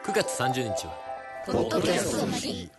9月30日はポッドキャストの日。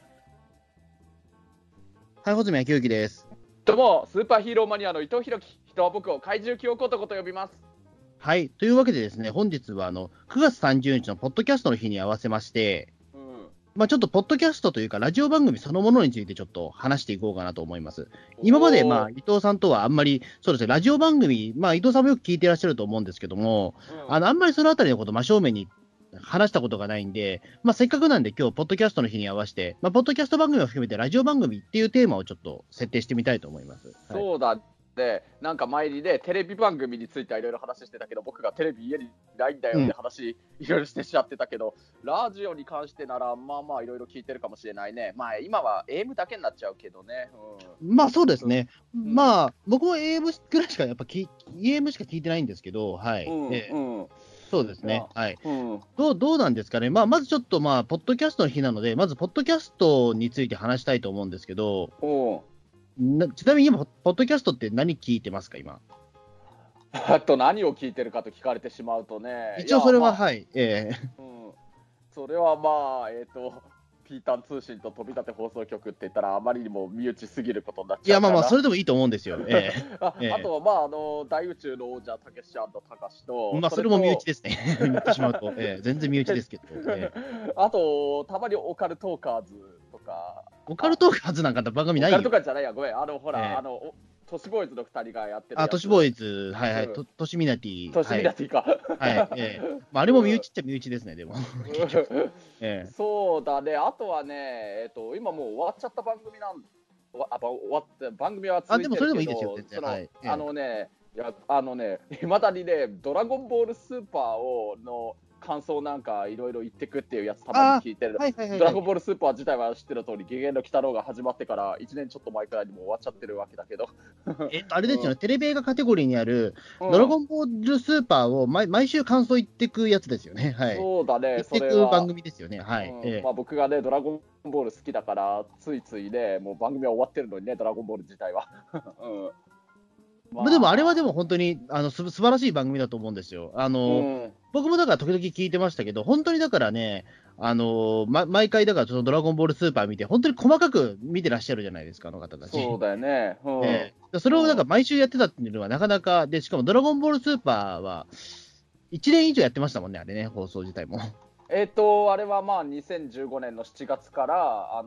はい、穂積昭之です。 どうも、スーパーヒーローマニアの伊藤弘樹。人は僕を怪獣記憶男と呼びます。 はい、というわけでですね、本日は9月30日のポッドキャストの日に合わせまして、ちょっとポッドキャストというかラジオ番組そのものについてちょっと話していこうかなと思います。今まで伊藤さんとはあんまりそうですね、ラジオ番組、伊藤さんもよく聞いていらっしゃると思うんですけども、あんまりそのあたりのこと真正面に話したことがないんで、せっかくなんで今日ポッドキャストの日に合わせて、ポッドキャスト番組を含めてラジオ番組っていうテーマをちょっと設定してみたいと思います。 そうだで、なんか前にね、テレビ番組についてはいろいろ話してたけど、僕がテレビ家にないんだよって話、いろいろしてしちゃってたけど、ラジオに関してなら、いろいろ聞いてるかもしれないね。今は AM だけになっちゃうけどね。 そうですね。僕も AM ぐらいしかAM しか聞いてないんですけど、はい。そうですね。はい。どうなんですかね。まずちょっとポッドキャストの日なので、まずポッドキャストについて話したいと思うんですけど、ちなみに今、ポッドキャストって何聞いてますか、今。 あと何を聞いてるかと聞かれてしまうとね。 一応それは、はい。 それはピータン通信と飛び立て放送局って言ったらあまりにも身内すぎることになっちゃうから。 いやそれでもいいと思うんですよ。 あとは大宇宙の王者たけし&たかしと、 それも身内ですね。言ってしまうと、全然身内ですけど。 あとたまにオカルトーカーズとか。 オカルトーカーズなんか番組ないよ。 オカルトーカーズじゃないや、ごめん。ほら、都市ボーイズの2人がやってるやつ。 都市ボーイズ、はいはい、都市ミナティ。 都市ミナティか。 はい。あれも身内っちゃ身内ですね、でも。 そうだね、あとはね、今もう終わっちゃった番組なん番組は続いてるけど、 でもそれでもいいですよ、全然。 いまだにね、ドラゴンボールスーパーの感想なんかいろいろ言ってくっていうやつたまに聞いてる。ドラゴンボールスーパー自体は知ってる通り、ゲゲゲの鬼太郎が始まってから1年ちょっと前くらいにもう終わっちゃってるわけだけど。 あれですよね、テレビ映画カテゴリーにあるドラゴンボールスーパーを毎週感想言ってくやつですよね。はい。 そうだね、 言ってく番組ですよね。はい。 僕がね、ドラゴンボール好きだから、ついついね、もう番組は終わってるのにね、ドラゴンボール自体は。 でもあれはでも本当に素晴らしい番組だと思うんですよ。僕もだから時々聞いてましたけど、本当にだからね、毎回だからそのドラゴンボールスーパー見て、本当に細かく見てらっしゃるじゃないですか、あの方たち。 そうだよね。 それをなんか毎週やってたっていうのはなかなかで、しかもドラゴンボールスーパーは1年以上やってましたもんね、あれね、放送自体も。 あれは2015年の7月から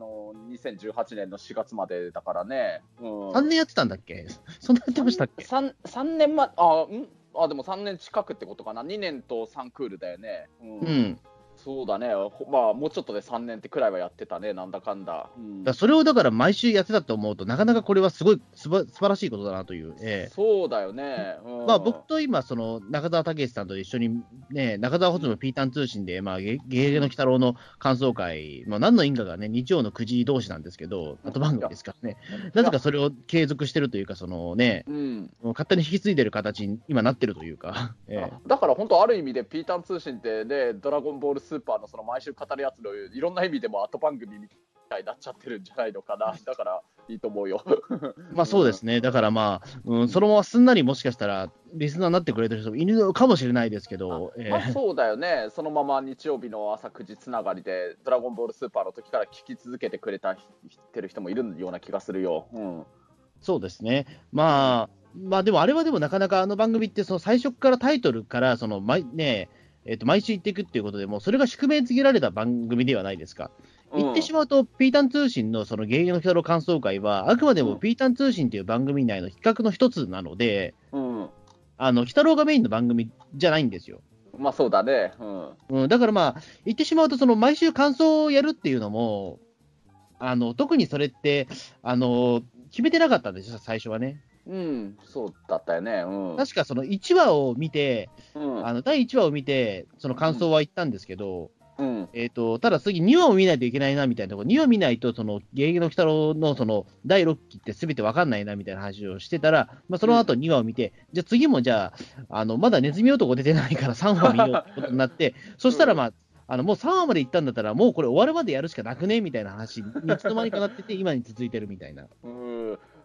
2018年の4月までだからね。 3年やってたんだっけ？そんなやってましたっけ ？3年でも3年近くってことかな。2年と3クールだよね。そうだね。もうちょっとで3年ってくらいはやってたね、なんだかんだ。 それをだから毎週やってたと思うと、なかなかこれはすごい素晴らしいことだなという。 そうだよね。 僕と今、中澤武さんと一緒に、中澤穂積のピータン通信で、ゲゲゲの鬼太郎の感想会、何の因果がね、日曜の9時同士なんですけど、後番組ですからね、なぜかそれを継続してるというか、勝手に引き継いでる形に今なってるというか。 だから本当、ある意味でピータン通信ってね、ドラゴンボールスーパーの毎週語るやつのいろんな意味でも後番組みたいになっちゃってるんじゃないのかな。だからいいと思うよ。 そうですね。だからそのまますんなりもしかしたらリスナーになってくれてる人もいるのかもしれないですけど。 そうだよね。そのまま日曜日の朝9時つながりでドラゴンボールスーパーの時から聞き続けてくれてる人もいるような気がするよ。 そうですね。でもあれはでもなかなかあの番組って最初からタイトルから毎週行っていくっていうことでも、それが宿命付けられた番組ではないですか。言ってしまうと、ピータン通信のゲゲゲの鬼太郎感想会は、あくまでもピータン通信という番組内の企画の一つなので、鬼太郎がメインの番組じゃないんですよ。 そうだね。 だから言ってしまうと、毎週感想をやるっていうのも、特にそれって、決めてなかったんですよ、最初はね。 そうだったよね。 確か1話を見て、第1話を見て、その感想は言ったんですけど、ただ次2話を見ないといけないなみたいなところ、2話見ないと、ゲゲゲの鬼太郎の第6期ってすべてわかんないなみたいな話をしてたら、その後2話を見て、じゃあ次もまだネズミ男出てないから3話見ようってことになって、そしたらもう3話まで行ったんだったら、もうこれ終わるまでやるしかなくねみたいな話にいつの間にかなってて、今に続いてるみたいな。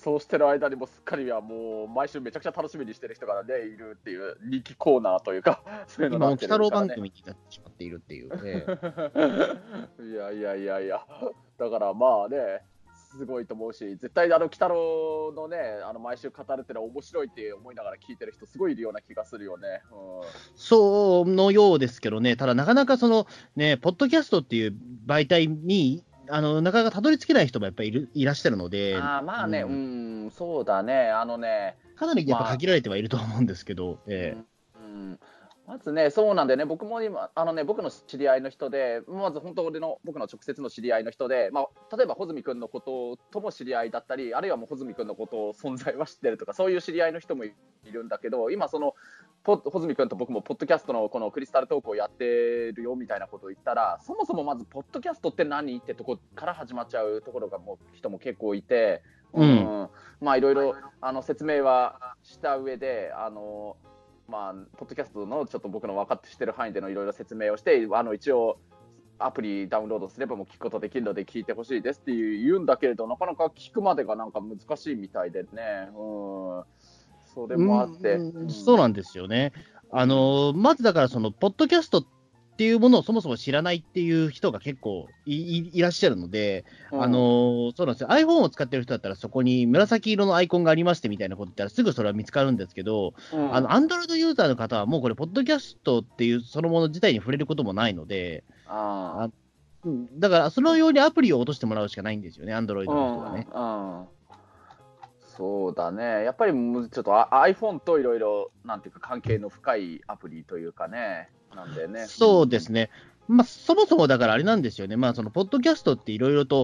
そうしてる間にもすっかりはもう毎週めちゃくちゃ楽しみにしてる人がねいるっていう人気コーナーというかそういうの今もなってるからね。 鬼太郎番組になってしまっているっていう、 いやいやいやいや、だからまあね、すごいと思うし、絶対鬼太郎のね、毎週語るってのは面白いって思いながら聞いてる人、すごいいるような気がするよね。 そうのようですけどね、ただなかなかそのね、ポッドキャストっていう媒体に、なかなかたどり着けない人もやっぱりいらっしゃるので、 まあね、そうだね、 かなりやっぱ限られてはいると思うんですけど、 まずね、そうなんだよね、僕も今、僕の知り合いの人で、まず本当僕の直接の知り合いの人で、例えば穂積君のこととも知り合いだったり、あるいはもう穂積君のことを存在は知ってるとか、そういう知り合いの人もいるんだけど、今、穂積君と僕もポッドキャストのこのクリスタルトークをやってるよみたいなことを言ったら、そもそもまず、ポッドキャストって何ってとこから始まっちゃうところが人も結構いて、いろいろ説明はした上で、ポッドキャストのちょっと僕の分かって知ってる範囲でのいろいろ説明をして、一応アプリダウンロードすればもう聞くことできるので聞いてほしいですって言うんだけれど、なかなか聞くまでがなんか難しいみたいでね、それもあって、 そうなんですよね。まずだからそのポッドキャストっていうものをそもそも知らないっていう人が結構いらっしゃるので、そうなんですよ。iPhone を使ってる人だったらそこに紫色のアイコンがありましてみたいなこと言ったらすぐそれは見つかるんですけど、Android ユーザーの方はもうこれ、ポッドキャストっていうそのもの自体に触れることもないので、だからそのようにアプリを落としてもらうしかないんですよね、Android の人はね。 そうだね、やっぱりちょっとiPhone といろいろなんていうか関係の深いアプリというかね。なんでね、 そうですね、そもそもだからあれなんですよね、そのポッドキャストっていろいろと、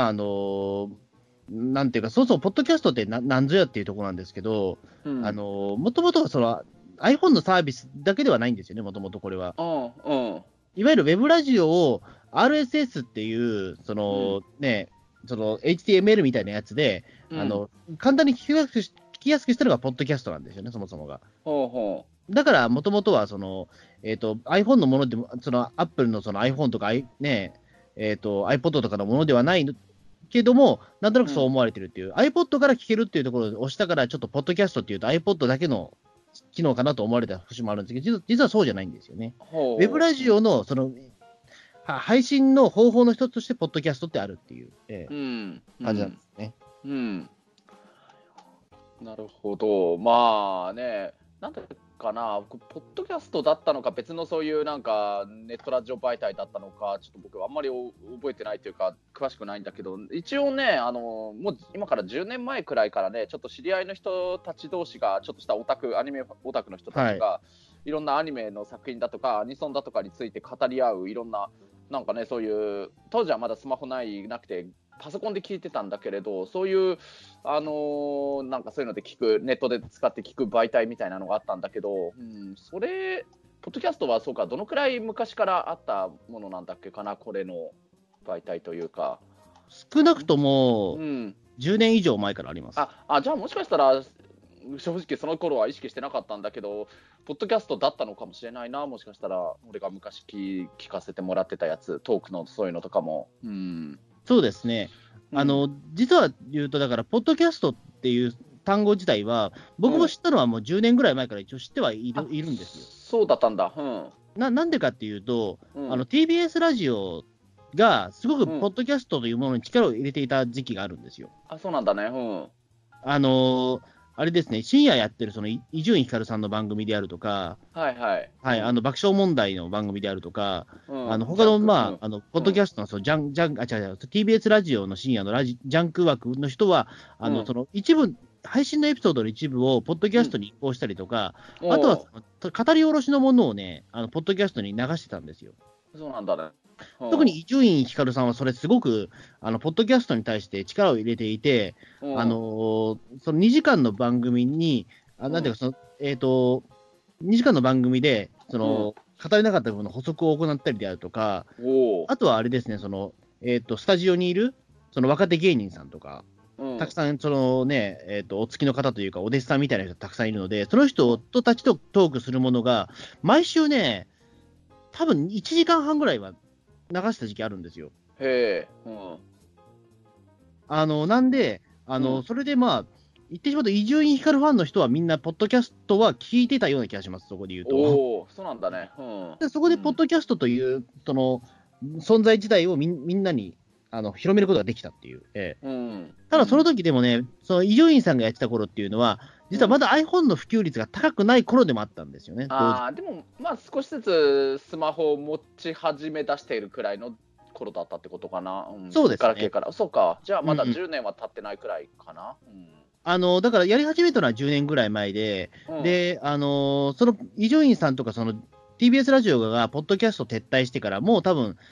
なんていうか、そもそもポッドキャストってなんぞやっていうところなんですけど、もともとはその iPhone のサービスだけではないんですよね、もともとこれは。いわゆるウェブラジオを RSS っていう、そのHTML みたいなやつで、簡単に聞きやすくしたのがポッドキャストなんですよね、そもそもが。だから、もともとはiPhone のものでも、Apple のその iPhone とか、iPod とかのものではないけども、なんとなくそう思われてるっていう、iPod から聞けるっていうところを押したから、ちょっとポッドキャストっていうと iPod だけの機能かなと思われた節もあるんですけど、実はそうじゃないんですよね。ウェブラジオの配信の方法の一つとして、ポッドキャストってあるっていう、感じなんですね。 なるほど、まあね、なんだかな、ポッドキャストだったのか、別のそういうなんかネットラジオ媒体だったのか、ちょっと僕はあんまり覚えてないというか、詳しくないんだけど、一応ね、もう今から10年前くらいからね、ちょっと知り合いの人たち同士が、ちょっとしたアニメオタクの人たちが、いろんなアニメの作品だとか、アニソンだとかについて語り合う、いろんな、なんかね、そういう、当時はまだスマホなくて、パソコンで聞いてたんだけれど、そういう、なんかそういうのでネットで使って聞く媒体みたいなのがあったんだけど、それ、ポッドキャストはそうか、どのくらい昔からあったものなんだっけかな、これの媒体というか。 少なくとも、10年以上前からあります。 じゃあもしかしたら、正直その頃は意識してなかったんだけど、ポッドキャストだったのかもしれないな、もしかしたら、俺が昔聞かせてもらってたやつ、トークのそういうのとかも。 そうですね。実は言うと、だから、ポッドキャストっていう単語自体は、僕も知ったのはもう10年ぐらい前から一応知ってはいるんですよ。 そうだったんだ。 なんでかっていうと、TBS ラジオがすごくポッドキャストというものに力を入れていた時期があるんですよ。 そうなんだね。 あれですね、深夜やってるその伊集院光さんの番組であるとか、爆笑問題の番組であるとか、他の、ポッドキャストのTBS ラジオの深夜のジャンク枠の人は、その一部、配信のエピソードの一部をポッドキャストに移行したりとか、あとは語り下ろしのものをね、ポッドキャストに流してたんですよ。 そうなんだね。 特に伊集院光さんはそれすごくポッドキャストに対して力を入れていて、その2時間の番組に、なんていうか2時間の番組で語れなかった部分の補足を行ったりであるとか、あとはあれですね、スタジオにいるその若手芸人さんとか、たくさんお付きの方というか、お弟子さんみたいな人がたくさんいるので、その人たちとトークするものが、毎週ね、多分1時間半ぐらいは流した時期あるんですよ。なんで、 それでまあ、言ってしまうと、伊集院光ファンの人はみんな、ポッドキャストは聞いてたような気がします、そこで言うと。 おー、そうなんだね。 でそこで、ポッドキャストという、その存在自体をみんなに広めることができたっていう。ただ、その時でもね、その伊集院さんがやってた頃っていうのは、実はまだ iPhone の普及率が高くない頃でもあったんですよね。 でも、まあ、少しずつスマホを持ち始め出しているくらいの頃だったってことかな。 そうですね。 そうか。じゃあ、まだ10年は経ってないくらいかな。 だからやり始めたのは10年ぐらい前で、で、その伊集院さんとか、その TBS ラジオがポッドキャスト撤退してから、もう多分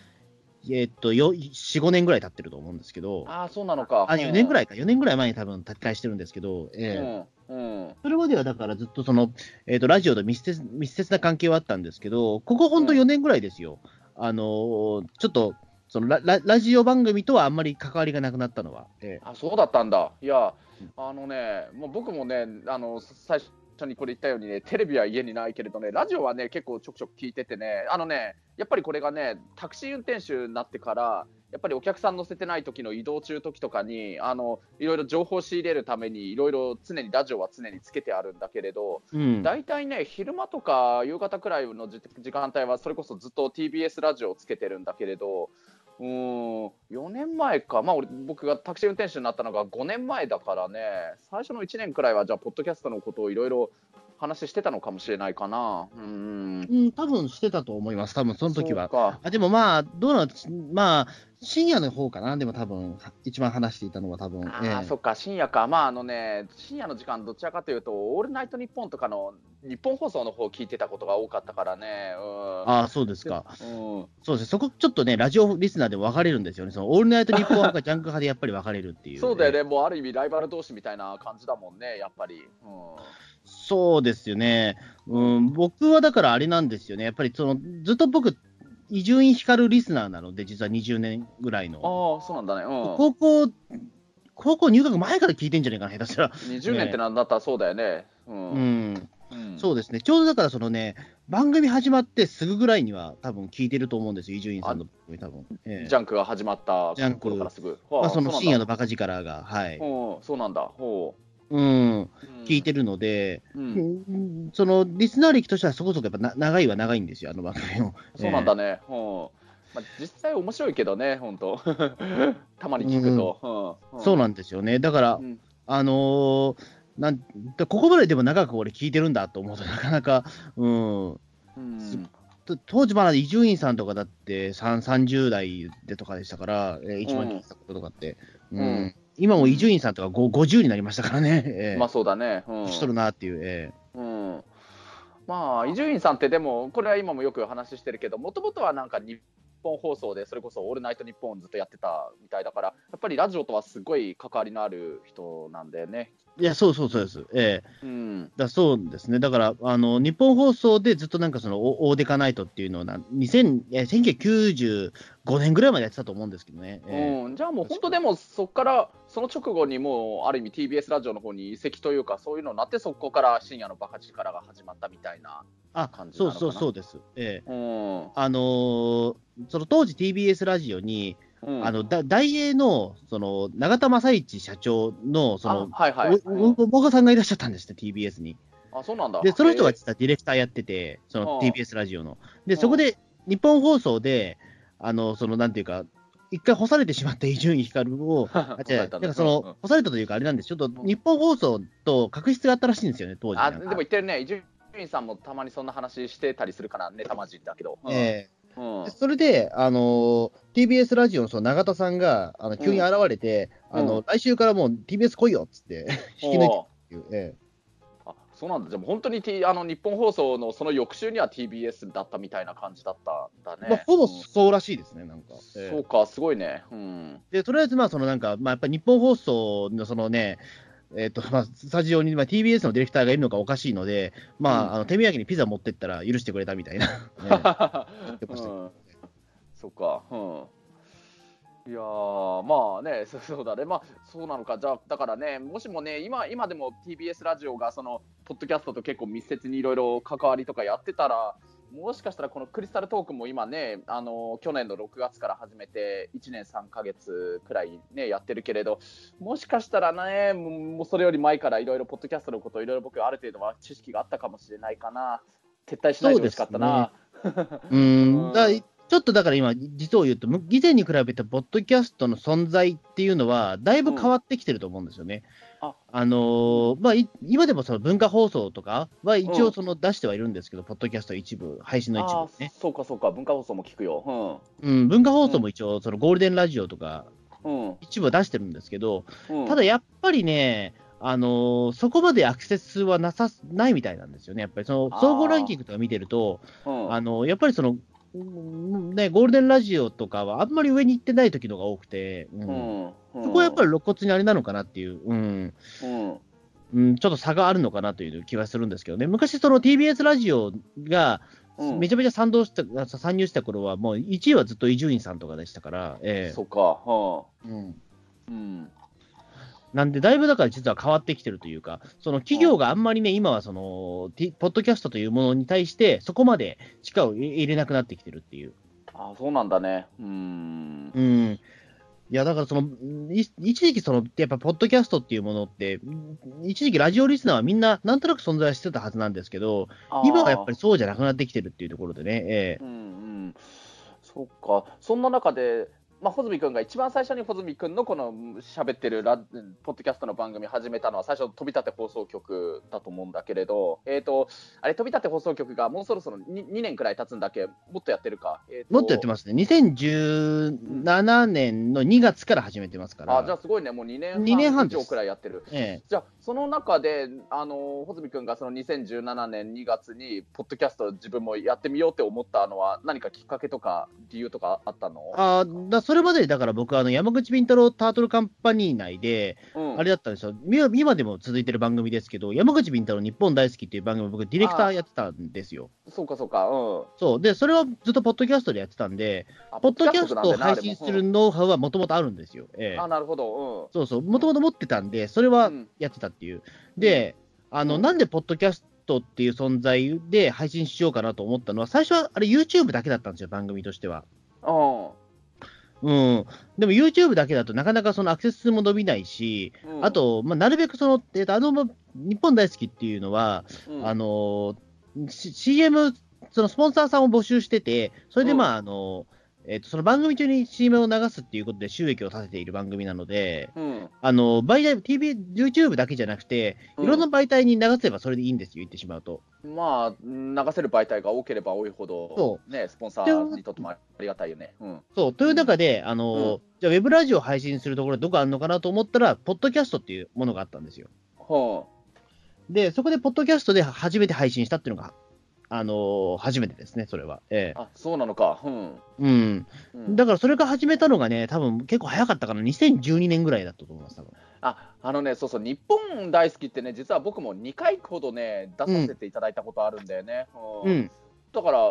4、5年ぐらい経ってると思うんですけど、 そうなのか。 4年ぐらいか、4年ぐらい前に多分撤退してるんですけど、それまではだからずっとラジオと密接な関係はあったんですけど、ここほんと4年ぐらいですよ。ちょっと、ラジオ番組とはあんまり関わりがなくなったのは。 そうだったんだ。いや、もう僕もね、最初にこれ言ったようにね、テレビは家にないけれどね、ラジオはね、結構ちょくちょく聞いててね、やっぱりこれがね、タクシー運転手になってから、やっぱりお客さん乗せてない時の移動中時とかに、いろいろ情報を仕入れるために、いろいろラジオは常につけてあるんだけれど、大体ね、昼間とか夕方くらいの時間帯は、それこそずっと TBS ラジオをつけてるんだけれど、4年前か、僕がタクシー運転手になったのが5年前だからね、最初の1年くらいは、じゃあ、ポッドキャストのことをいろいろ話してたのかもしれないかな。 多分してたと思います、多分その時は。でもまあ、どうなの、まあ、深夜の方かな、でも多分一番話していたのは、多分そっか、深夜か、深夜の時間、どちらかというと、オールナイトニッポンとかの日本放送の方を聞いてたことが多かったからね。 そうですか。そうですね、そこちょっとね、ラジオリスナーでも分かれるんですよね、そのオールナイトニッポン派かジャンク派でやっぱり分かれるっていう、 そうだよね、もうある意味、ライバル同士みたいな感じだもんね、やっぱり。 そうですよね。僕はだからあれなんですよね。やっぱりずっと僕、伊集院光リスナーなので、実は20年ぐらいの。 そうなんだね。 高校入学前から聞いてんじゃないかな、下手したら。 20年ってなんだったらそうだよね。 そうですね。ちょうどだから番組始まってすぐぐらいには多分聞いてると思うんですよ、伊集院さんの番組多分。 ジャンクが始まった頃からすぐ。 その深夜のバカ力が、はい。 そうなんだ。 聞いてるので、そのリスナー歴としてはそこそこやっぱ長いは長いんですよ、あの番組も。 そうなんだね。実際面白いけどね、本当たまに聞くと。 そうなんですよね。だから、ここまででも長く俺聞いてるんだと思うとなかなか、当時まだ伊集院さんとかだって30代でとかでしたから、一番聞いたこととかって、今も伊集院さんとか50になりましたからね。 そうだね。 しとるなっていう。 伊集院さんってでも、これは今もよく話してるけど、もともとはなんか日本放送でそれこそオールナイトニッポンをずっとやってたみたいだから、やっぱりラジオとはすごい関わりのある人なんだよね。 いや、そうです。そうですね。だから、日本放送でずっとなんかオーデカナイトっていうのを1995年ぐらいまでやってたと思うんですけどね。 じゃあもう本当でも、そこから、その直後にもう、ある意味 TBS ラジオの方に移籍というか、そういうのになって、そこから深夜のバカ力が始まったみたいな感じなのかな。 そうです。その当時 TBS ラジオに、大英の永田正一社長のお孫さんがいらっしゃったんですね、TBS に。 そうなんだ。 で、その人が実はディレクターやってて、その TBS ラジオの。で、そこで日本放送で、なんていうか、一回干されてしまった伊集院光を、干されたというか、あれなんです、ちょっと日本放送と確執があったらしいんですよね、当時。 でも言ってるね、伊集院さんもたまにそんな話してたりするからね、たまじんだけど。 それで、TBS ラジオの永田さんが急に現れて、来週からもう TBS 来いよっつって引き抜いてっていう。 そうなんだ。じゃあ本当に、日本放送のその翌週には TBS だったみたいな感じだったんだね。 ほぼそうらしいですね、なんか。 そうか、すごいね。 で、とりあえず、やっぱり日本放送のスタジオに、TBS のディレクターがいるのがおかしいので、手土産にピザ持ってったら許してくれたみたいな。 そうか。いやそうだね。そうなのか。じゃあ、だからね、もしもね、今でも TBS ラジオが、ポッドキャストと結構密接にいろいろ関わりとかやってたら、 もしかしたらこのクリスタルトークも今ね、去年の6月から始めて1年3ヶ月くらいねやってるけれど、もしかしたらね、もうそれより前からいろいろポッドキャストのこといろいろ僕ある程度は知識があったかもしれないかな。撤退しないでほしかったな。 ちょっとだから今、実を言うと、以前に比べて、ポッドキャストの存在っていうのは、だいぶ変わってきてると思うんですよね。今でもその文化放送とかは一応出してはいるんですけど、ポッドキャスト一部、配信の一部ね。 そうかそうか、文化放送も聞くよ。 文化放送も一応、そのゴールデンラジオとか、一部は出してるんですけど、ただやっぱりね、そこまでアクセスはないみたいなんですよね。やっぱりその総合ランキングとか見てると、やっぱりその、ゴールデンラジオとかはあんまり上に行ってない時のが多くて、そこはやっぱり露骨にあれなのかなっていう、ちょっと差があるのかなという気はするんですけどね。昔、その TBS ラジオがめちゃめちゃ参入した頃は、もう1位はずっと伊集院さんとかでしたから、 そうか、 なんで、だいぶだから実は変わってきてるというか、その企業があんまりね、今はその、ポッドキャストというものに対して、そこまで力を入れなくなってきてるっていう。 そうなんだね。 いや、だから一時期やっぱ、ポッドキャストっていうものって、一時期ラジオリスナーはみんな、なんとなく存在してたはずなんですけど、今はやっぱりそうじゃなくなってきてるっていうところでね。 そっか、そんな中で、穂積君が一番最初に穂積君のこの喋ってるポッドキャストの番組始めたのは最初飛び立て放送局だと思うんだけれど、あれ飛び立て放送局がもうそろそろ 2年くらい経つんだっけ、もっとやってるか、 もっとやってますね。2017年の2月から始めてますから。 じゃあすごいね、もう2年半以上くらいやってる。じゃあその中で穂積君がその2017年2月にポッドキャスト自分もやってみようって思ったのは何かきっかけとか理由とかあったの？ それまでだから僕は山口敏太郎タートルカンパニー内で、あれだったんですよ。今でも続いてる番組ですけど、山口敏太郎日本大好きっていう番組僕ディレクターやってたんですよ。 そうかそうか。 そうで、それはずっとポッドキャストでやってたんで、ポッドキャストを配信するノウハウはもともとあるんですよ。 なるほど。 そうそう、もともと持ってたんで、それはやってたっていう。で、なんでポッドキャストっていう存在で配信しようかなと思ったのは、最初はあれ YouTube だけだったんですよ、番組としては。でも YouTube だけだとなかなかそのアクセス数も伸びないし、あと、なるべく日本大好きっていうのは、CM、そのスポンサーさんを募集してて、それでその番組中に CM を流すっていうことで収益を立てている番組なので、媒体、YouTube だけじゃなくて、いろんな媒体に流せばそれでいいんですよ、言ってしまうと。 流せる媒体が多ければ多いほど、スポンサーにとってもありがたいよね。 という中で、じゃあ、ウェブラジオを配信するところどこあるのかなと思ったら、ポッドキャストっていうものがあったんですよ。で、そこでポッドキャストで初めて配信したっていうのが、初めてですね、それは。 そうなのか。 だからそれが始めたのがね、多分結構早かったかな、2012年ぐらいだったと思います、多分。 そうそう、日本大好きってね、実は僕も2回ほどね、出させていただいたことあるんだよね。だから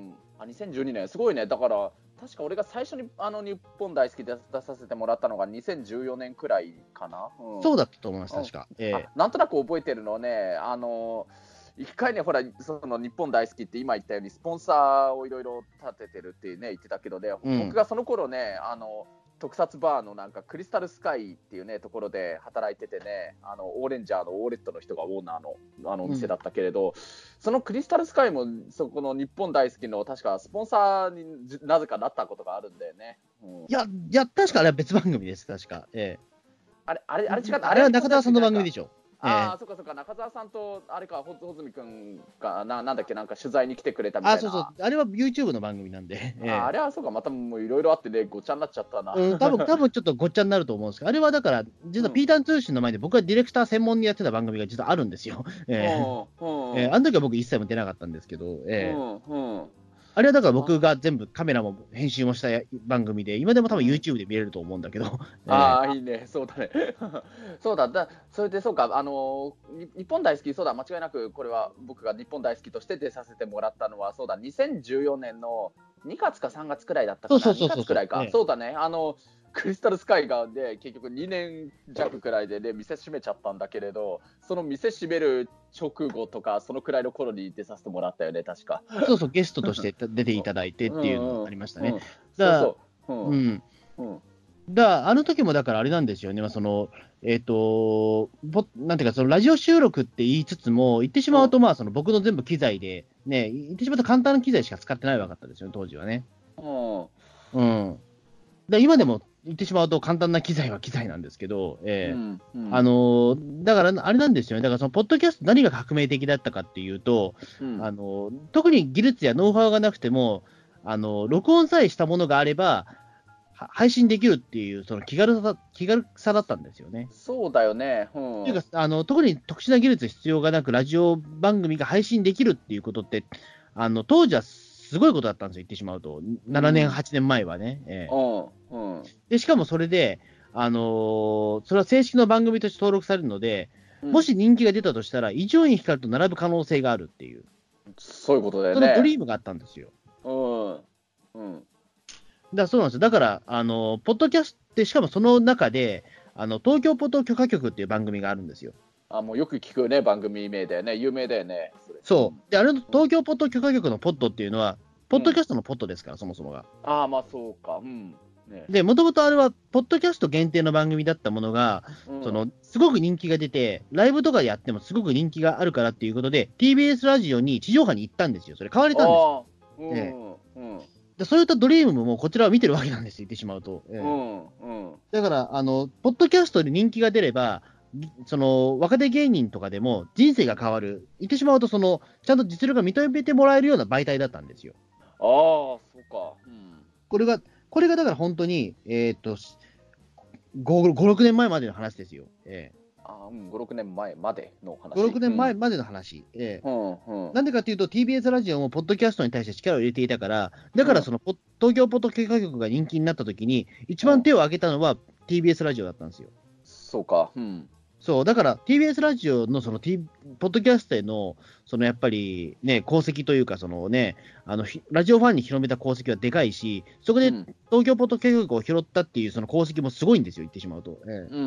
、2012年、すごいね、だから、確か俺が最初に日本大好きで出させてもらったのが2014年くらいかな。 そうだったと思います、確か。 なんとなく覚えてるのはね、一回ね、ほら、その日本大好きって今言ったように、スポンサーをいろいろ立ててるってね、言ってたけどね、僕がその頃ね、特撮バーのなんかクリスタルスカイっていうね、ところで働いててね、オーレンジャーのオーレットの人がオーナーのお店だったけれど、そのクリスタルスカイもそこの日本大好きの確かスポンサーになぜかなったことがあるんだよね。 いや、確かあれは別番組です、確か。 あれ違った。 あれは中澤さんの番組でしょ。 そうかそうか、中澤さんとあれか、穂積君がなんだっけ、なんか取材に来てくれたみたいな。 そうそう、あれは YouTube の番組なんで。 あれはそうか、またもういろいろあってね、ごちゃになっちゃったな。 多分ちょっとごっちゃになると思うんですけど、あれはだから、実はピーターン通信の前で僕はディレクター専門にやってた番組が実はあるんですよ。あの時は僕一切も出なかったんですけど、あれはだから僕が全部カメラも編集もした番組で、今でも多分 YouTube で見れると思うんだけど。 いいね、そうだね。そうだ、それでそうか、日本大好き、そうだ、間違いなくこれは僕が日本大好きとして出させてもらったのは、そうだ、2014年の2月か3月くらいだったかな、2月くらいか、そうだね、 クリスタルスカイがね、結局2年弱くらいでね、店閉めちゃったんだけれど、その店閉める直後とか、そのくらいの頃に出させてもらったよね、確か。 そうそう、ゲストとして出ていただいてっていうのがありましたね。 そう。 あの時もだからあれなんですよね、その、なんていうか、そのラジオ収録って言いつつも、言ってしまうと、その僕の全部機材で、ね、言ってしまうと簡単な機材しか使ってないわけだったですよね、当時はね。今でも言ってしまうと簡単な機材は機材なんですけど、だからあれなんですよね、だからそのポッドキャスト、何が革命的だったかっていうと、特に技術やノウハウがなくても、録音さえしたものがあれば、配信できるっていう、その気軽さだったんですよね。 そうだよね。 というか特に特殊な技術必要がなく、ラジオ番組が配信できるっていうことって、当時はすごいことだったんですよ、言ってしまうと。7年、8年前はね。で、しかもそれで、それは正式の番組として登録されるので、もし人気が出たとしたら、伊集院光と並ぶ可能性があるっていう。 そういうことだよね。 そのドリームがあったんですよ。そうなんですよ。だから、ポッドキャストって、しかもその中で、東京ポッド許可局っていう番組があるんですよ。 もうよく聞くね、番組名だよね。有名だよね。 そう。で、東京ポッド許可局のポッドっていうのは、ポッドキャストのポッドですから、そもそもが。 そうか。 で、もともとあれは、ポッドキャスト限定の番組だったものが、すごく人気が出て、ライブとかでやってもすごく人気があるからっていうことで、TBS ラジオに地上波に行ったんですよ。それ買われたんですよ。でそういったドリームももうこちらは見てるわけなんですよ、言ってしまうと。だから、ポッドキャストで人気が出れば、その若手芸人とかでも人生が変わる、言ってしまうとちゃんと実力が認めてもらえるような媒体だったんですよ。 そうか。 これがだから本当に、5、6年前までの話ですよ。 5、6年前までの話。 5、6年前までの話。なんでかっていうと、TBS ラジオもポッドキャストに対して力を入れていたから、だから東京ポッド許可局が人気になったときに、一番手を挙げたのは TBS ラジオだったんですよ。 そうか。 そう、だから TBS ラジオのポッドキャストへの、やっぱりね、功績というか、ラジオファンに広めた功績はでかいし、そこで東京ポッド許可局を拾ったっていうその功績もすごいんですよ、言ってしまうと。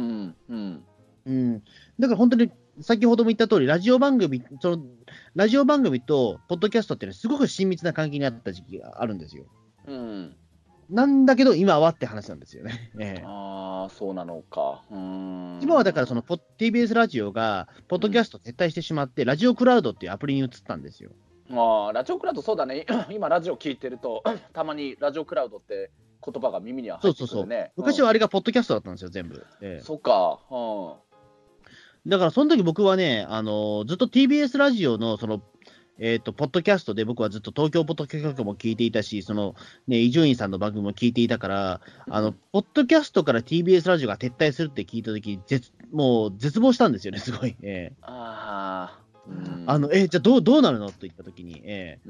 だから本当に、先ほども言った通り、ラジオ番組とポッドキャストっていうのはすごく親密な関係にあった時期があるんですよ。なんだけど、今はって話なんですよね。 そうなのか。 今はだから、TBS ラジオが、ポッドキャスト撤退してしまって、ラジオクラウドっていうアプリに移ったんですよ。 ラジオクラウド、そうだね。今、ラジオ聞いてると、たまにラジオクラウドって言葉が耳には入ってくるね。 昔はあれがポッドキャストだったんですよ、全部。 そっか。 だから、その時僕はね、ずっと TBS ラジオの、ポッドキャストで僕はずっと東京ポッド許可局も聞いていたし、伊集院さんの番組も聞いていたから、ポッドキャストから TBS ラジオが撤退するって聞いたとき、もう絶望したんですよね、すごい。じゃあどうなるのと言ったときに、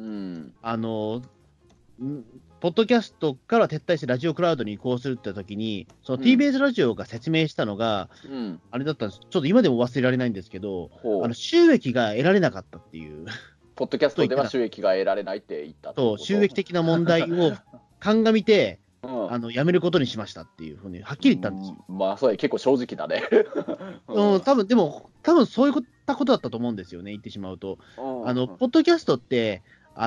ポッドキャストから撤退してラジオクラウドに移行するってときに、TBS ラジオが説明したのが、あれだったんです、ちょっと今でも忘れられないんですけど、収益が得られなかったっていう。 ポッドキャストでは収益が得られないって言ったってこと。 収益的な問題を鑑みて、やめることにしましたっていうふうにはっきり言ったんですよ。 そう結構正直だね。 多分そういったことだったと思うんですよね、言ってしまうと。ポッドキャストって、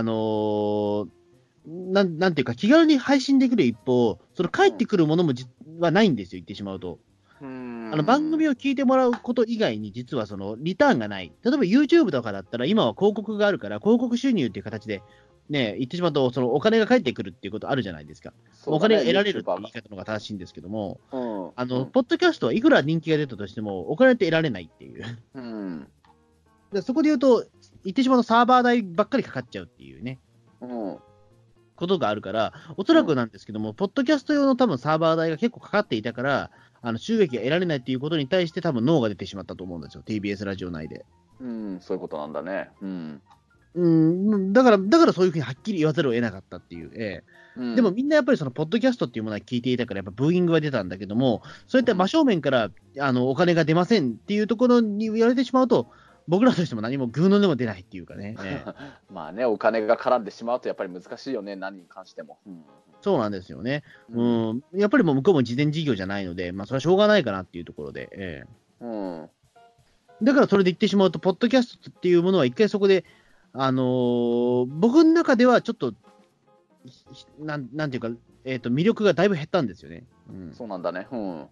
なんていうか、気軽に配信できる一方、返ってくるものもはないんですよ、言ってしまうと。番組を聞いてもらうこと以外に、実はリターンがない。例えば YouTube とかだったら、今は広告があるから、広告収入っていう形で、言ってしまうと、お金が返ってくるっていうことあるじゃないですか。お金が得られるって言い方のが正しいんですけども、ポッドキャストはいくら人気が出たとしても、お金って得られないっていう。でそこで言うと、言ってしまうとサーバー代ばっかりかかっちゃうっていうね。ことがあるから、おそらくなんですけども、ポッドキャスト用の多分サーバー代が結構かかっていたから、収益が得られないっていうことに対して多分ノーが出てしまったと思うんですよ、TBS ラジオ内で。 そういうことなんだね。 だからそういうふうにはっきり言わざるを得なかったっていう。でもみんなやっぱりポッドキャストっていうものは聞いていたから、やっぱブーイングは出たんだけども、そういった真正面からお金が出ませんっていうところに言われてしまうと、 僕らとしても何もグーの音も出ないっていうかね。 まあね、お金が絡んでしまうとやっぱり難しいよね、何に関しても。 そうなんですよね。やっぱりもう向こうも事前事業じゃないので、まあ、それはしょうがないかなっていうところで。だからそれで言ってしまうと、ポッドキャストっていうものは一回そこで、僕の中ではちょっと、なんていうか、魅力がだいぶ減ったんですよね。 そうなんだね。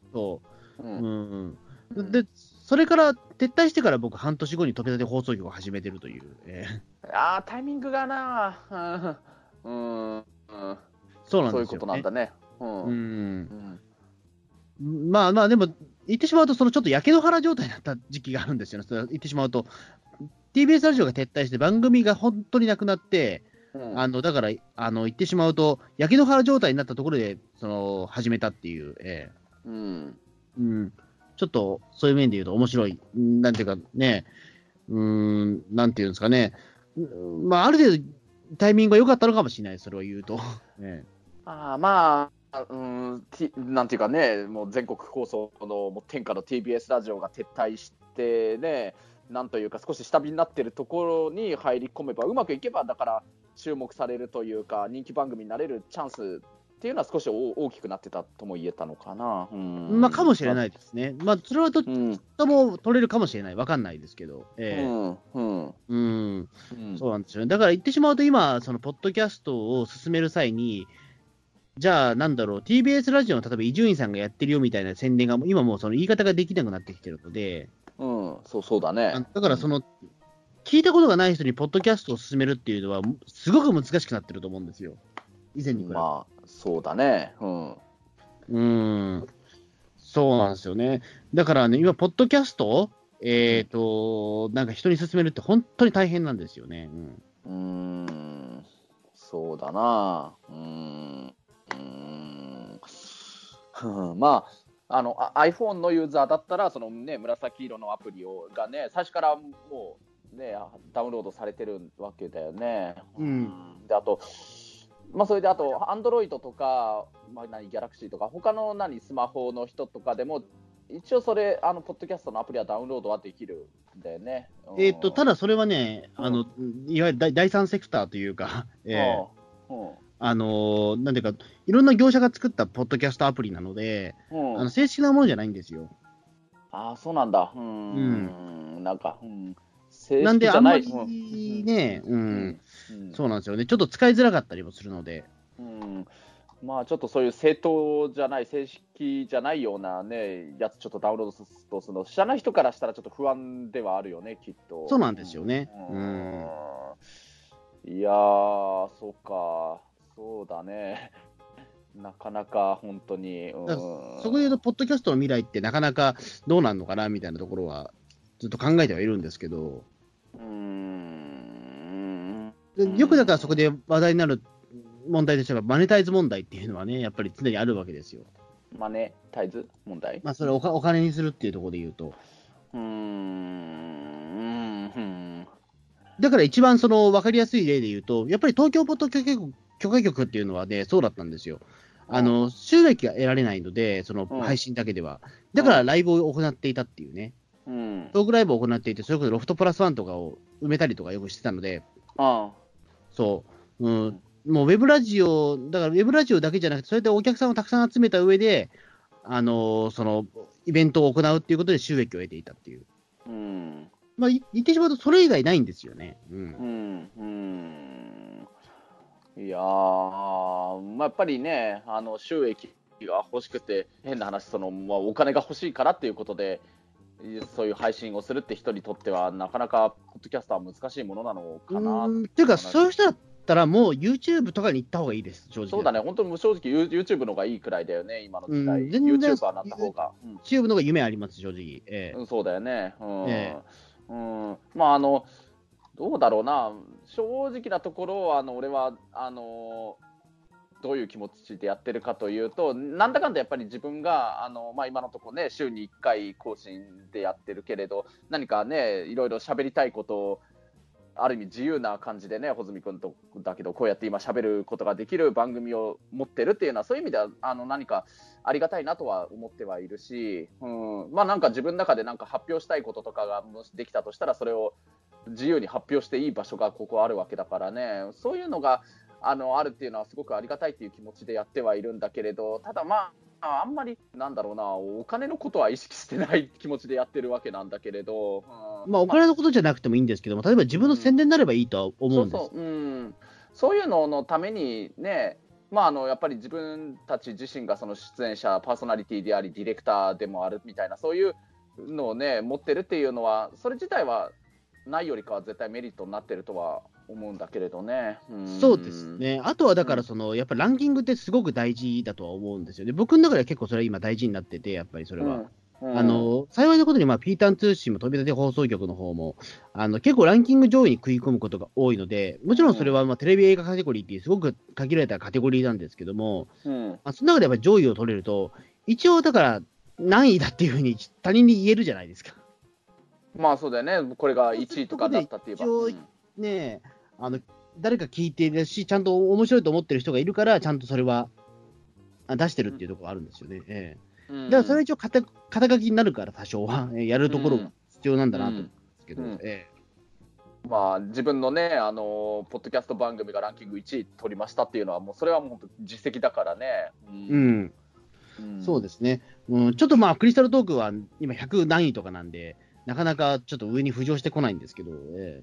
で、それから撤退してから僕、半年後に飛び立て放送局を始めてるという。 タイミングがな、 そうなんですよね。 そういうことなんだね。 まあまあ、でも、言ってしまうと、ちょっと焼け野原状態になった時期があるんですよね。言ってしまうと、TBS ラジオが撤退して、番組が本当になくなって、だから、言ってしまうと、焼け野原状態になったところで、始めたっていう、ちょっとそういう面で言うと面白い、なんていうかね、なんていうんですかね、まあ、ある程度、タイミングが良かったのかもしれない、それを言うと。 まあ、なんていうかね、もう全国放送のもう天下の TBS ラジオが撤退してね、なんというか少し下火になってるところに入り込めば、うまくいけば、だから注目されるというか、人気番組になれるチャンスっていうのは少し大きくなってたとも言えたのかな。 まあ、かもしれないですね。まあ、それはどっちとも取れるかもしれない。わかんないですけど。そうなんですよね。だから言ってしまうと、今、そのポッドキャストを進める際に、じゃあ、なんだろう、TBS ラジオの例えば伊集院さんがやってるよみたいな宣伝が、今もうその言い方ができなくなってきてるので、 そうだね。 だから聞いたことがない人にポッドキャストを進めるっていうのは、すごく難しくなってると思うんですよ。以前に比べて。 まあ、そうだね。 そうなんですよね。だからね、今、ポッドキャストなんか人に勧めるって本当に大変なんですよね。 そうだな。まあ、iPhone のユーザーだったら、紫色のアプリがね、最初からもうね、ダウンロードされてるわけだよね。で、あと、それであと、Android とか、ギャラクシーとか、他のスマホの人とかでも、一応それ、ポッドキャストのアプリはダウンロードはできるんだよね。 ただそれはね、いわゆる第三セクターというか、なんていうか、いろんな業者が作ったポッドキャストアプリなので、正式なものじゃないんですよ。 そうなんだ。なんか、正式じゃない。 なんで、あんまりね、そうなんですよね。ちょっと使いづらかったりもするので。 まあ、ちょっとそういう正当じゃない、正式じゃないようなね、やつちょっとダウンロードするの、知らない人からしたらちょっと不安ではあるよね、きっと。 そうなんですよね。 いやー、そうか、そうだね。なかなか本当に。 そこで言うと、ポッドキャストの未来ってなかなかどうなるのかなみたいなところは、ずっと考えてはいるんですけど。よくだからそこで話題になる問題としては、マネタイズ問題っていうのはね、やっぱり常にあるわけですよ。 マネタイズ問題？ それをお金にするっていうところで言うと。だから一番分かりやすい例で言うと、やっぱり東京ポッド許可局っていうのはね、そうだったんですよ。収益が得られないので、その配信だけでは。だからライブを行っていたっていうね。トークライブを行っていて、それこそロフトプラスワンとかを埋めたりとかよくしてたので、そう、もうウェブラジオ、だからウェブラジオだけじゃなくて、それでお客さんをたくさん集めた上で、そのイベントを行うっていうことで収益を得ていたっていう。言ってしまうと、それ以外ないんですよね。 いやー、やっぱりね、収益が欲しくて、変な話、お金が欲しいからっていうことで、そういう配信をするって人にとっては、なかなかポッドキャストは難しいものなのかな。 っていうか、そういう人だったら、もう YouTube とかに行った方がいいです、正直。 そうだね、本当に正直、YouTube の方がいいくらいだよね、今の時代。YouTuber になった方が。 YouTube の方が夢あります、正直。 そうだよね。どうだろうな、正直なところ、俺は、どういう気持ちでやってるかというと、なんだかんだやっぱり自分が今のところね、週に1回更新でやってるけれど、何かね、いろいろ喋りたいことある意味自由な感じでね、穂積君とだけど、こうやって今喋ることができる番組を持ってるっていうのは、そういう意味では何かありがたいなとは思ってはいるし、まあなんか自分の中でなんか発表したいこととかがもしできたとしたら、それを自由に発表していい場所がここあるわけだからね、そういうのがあるっていうのはすごくありがたいっていう気持ちでやってはいるんだけれど、ただまああんまりなんだろうな、お金のことは意識してない気持ちでやってるわけなんだけれど、 まあお金のことじゃなくてもいいんですけども、例えば自分の宣伝になればいいとは思うんです。 そういうののためにね、まあやっぱり自分たち自身がその出演者、パーソナリティでありディレクターでもあるみたいな、そういうのをね持ってるっていうのは、それ自体はないよりかは絶対メリットになってるとは思うんだけれどね。 そうですね。あとはだからやっぱりランキングってすごく大事だとは思うんですよね。僕の中では結構それは今大事になってて、やっぱりそれは。幸いなことに、ピータン通信も飛び立て放送局の方も、結構ランキング上位に食い込むことが多いので、もちろんそれはテレビ映画カテゴリーっていうすごく限られたカテゴリーなんですけども、その中でやっぱ上位を取れると、一応だから何位だっていうふうに他人に言えるじゃないですか。 まあそうだよね、これが1位とかだったっていう場合。一応ね、誰か聞いてるし、ちゃんと面白いと思ってる人がいるから、ちゃんとそれは出してるっていうところがあるんですよね。だからそれは一応肩書きになるから、多少はやるところが必要なんだなと思うんですけど、 まあ自分のね、ポッドキャスト番組がランキング1位取りましたっていうのは、もうそれはもう実績だからね。 そうですね。ちょっとクリスタルトークは今100何位とかなんで、なかなかちょっと上に浮上してこないんですけど、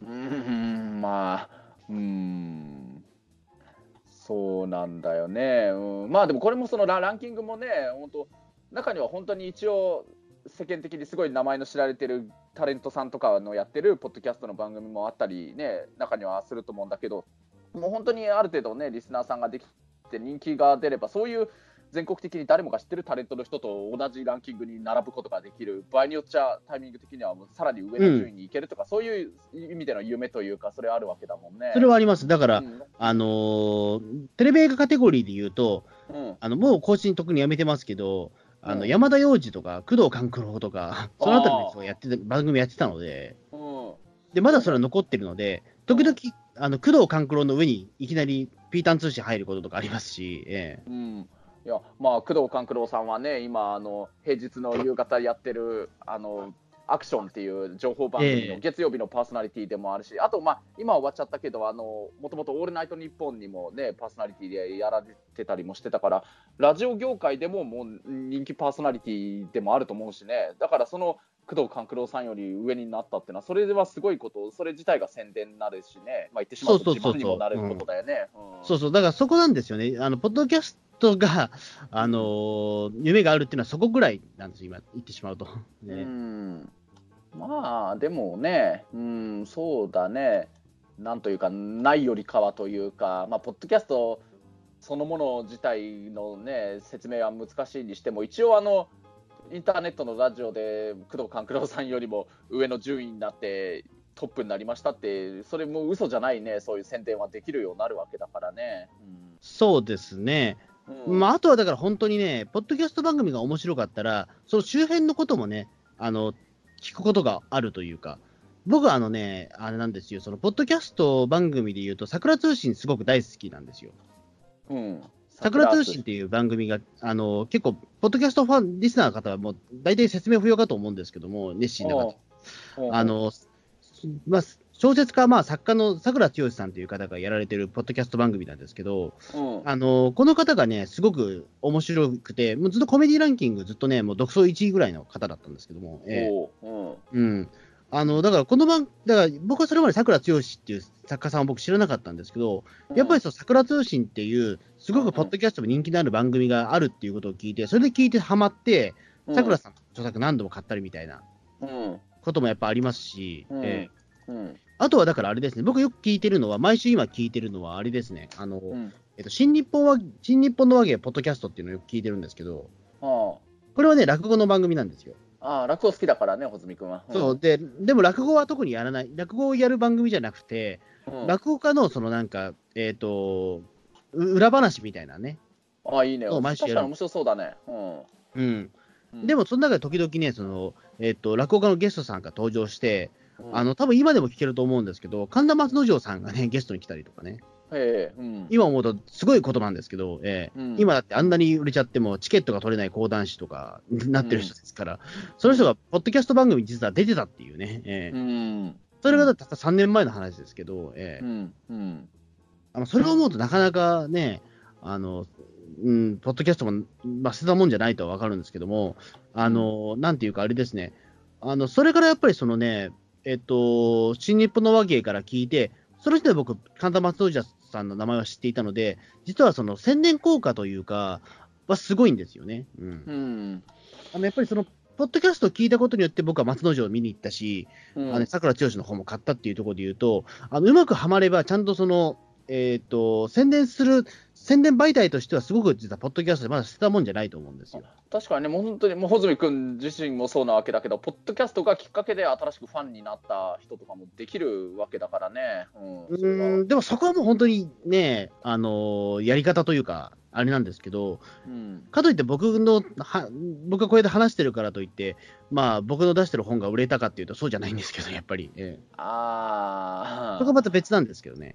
そうなんだよね。まあでもこれもそのランキングもね、本当中には本当に一応世間的にすごい名前の知られてるタレントさんとかのやってるポッドキャストの番組もあったりね、中にはすると思うんだけど、もう本当にある程度ねリスナーさんができて人気が出れば、そういう全国的に誰もが知ってるタレントの人と同じランキングに並ぶことができる、場合によっちゃタイミング的にはもうさらに上の順位に行けるとか、そういう意味での夢というか、それはあるわけだもんね。 それはあります。だから、テレビ映画カテゴリーで言うと、もう更新特にやめてますけど、山田洋次とか工藤官九郎とか、そのあたりの人が番組やってたので、でまだそれは残ってるので、時々工藤官九郎の上にいきなりピータン通信入ることとかありますし、 いやまあ工藤官九郎さんはね、今平日の夕方やってるアクションっていう情報番組の月曜日のパーソナリティでもあるし、あと今終わっちゃったけどもともとオールナイトニッポンにもねパーソナリティでやられてたりもしてたから、ラジオ業界でももう人気パーソナリティでもあると思うしね。だからその工藤官九郎さんより上になったっていうのは、それではすごいこと、それ自体が宣伝になるしね、言ってしまうと自慢にもなることだよね。 だからそこなんですよね。ポッドキャストが、夢があるっていうのはそこぐらいなんですよ、今言ってしまうと。 まあでもね、そうだね、なんというか、ないよりかはというか、ポッドキャストそのもの自体のね説明は難しいにしても、一応インターネットのラジオで工藤官九郎さんよりも上の順位になってトップになりましたって、それも嘘じゃないね、そういう宣伝はできるようになるわけだからね。 そうですね。あとはだから本当にね、ポッドキャスト番組が面白かったら、その周辺のこともね、聞くことがあるというか、僕はあれなんですよ、そのポッドキャスト番組で言うと、桜通信すごく大好きなんですよ。桜通信っていう番組が、結構、ポッドキャストファン、リスナーの方はもう大体説明不要かと思うんですけども、熱心な方。小説家、作家の桜剛さんという方がやられてるポッドキャスト番組なんですけど、この方がね、すごく面白くて、もうずっとコメディランキングずっとね、もう独走1位ぐらいの方だったんですけども、だから僕はそれまで桜剛っていう作家さんを僕知らなかったんですけど、やっぱり桜通信っていう、すごくポッドキャストも人気のある番組があるっていうことを聞いて、それで聞いてハマって、桜さんの著作何度も買ったりみたいなこともやっぱありますし、あとはだからあれですね、僕よく聞いてるのは、毎週今聞いてるのはあれですね、新日本の和芸ポッドキャストっていうのをよく聞いてるんですけど、これはね、落語の番組なんですよ。 落語好きだからね、穂積君は。 そうでも落語は特にやらない、落語をやる番組じゃなくて、落語家のそのなんか、裏話みたいなね。 いいね。確かに面白そうだね。 でもその中で時々ね、落語家のゲストさんが登場して、 多分今でも聞けると思うんですけど、神田松之丞さんがね、ゲストに来たりとかね。今思うとすごいことなんですけど、今だってあんなに売れちゃってもチケットが取れない講談師とかになってる人ですから、その人がポッドキャスト番組に実は出てたっていうね、それがたった3年前の話ですけど、それを思うとなかなかね、ポッドキャストも、捨てたもんじゃないとは分かるんですけども、なんていうかあれですね、それからやっぱりそのね、新日本の和芸から聞いて、その人で僕、神田松之丞さんの名前は知っていたので、実はその宣伝効果というか、はすごいんですよね。やっぱりその、ポッドキャストを聞いたことによって僕は松之丞を見に行ったし、桜剛の方も買ったっていうところで言うと、うまくはまれば、ちゃんとその、宣伝媒体としてはすごく実はポッドキャストでまだ捨てたもんじゃないと思うんですよ。 確かにね、もう本当にもう穂積君自身もそうなわけだけど、ポッドキャストがきっかけで新しくファンになった人とかもできるわけだからね。 でもそこはもう本当にね、やり方というか、あれなんですけど、かといって僕がこうやって話してるからといって、僕の出してる本が売れたかっていうとそうじゃないんですけど、やっぱり。そこはまた別なんですけどね。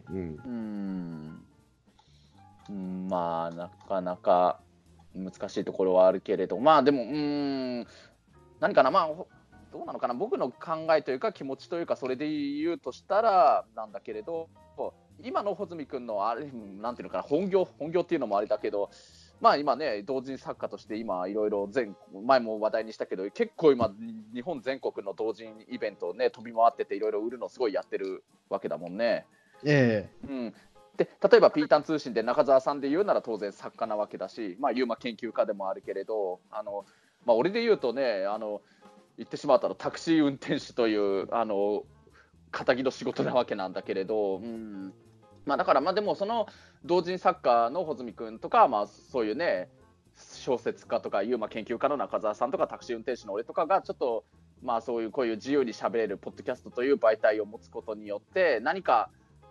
なかなか難しいところはあるけれど、でも、何かな、どうなのかな、僕の考えというか、気持ちというか、それで言うとしたら、なんだけれど、今の穂積君のあれ、なんていうのかな、本業っていうのもあれだけど、今ね、同人作家として今、いろいろ前も話題にしたけど、結構今、日本全国の同人イベントをね、飛び回ってて、いろいろ売るのすごいやってるわけだもんね。で例えばピータン通信で中澤さんで言うなら当然作家なわけだし、ユーマ研究家でもあるけれど、俺で言うとね、言ってしまったらタクシー運転手という肩の仕事なわけなんだけれど、だからでもその同人作家の穂積君とか、そういうね小説家とかユーマ研究家の中澤さんとかタクシー運転手の俺とかがちょっとそういうこういう自由に喋れるポッドキャストという媒体を持つことによって何か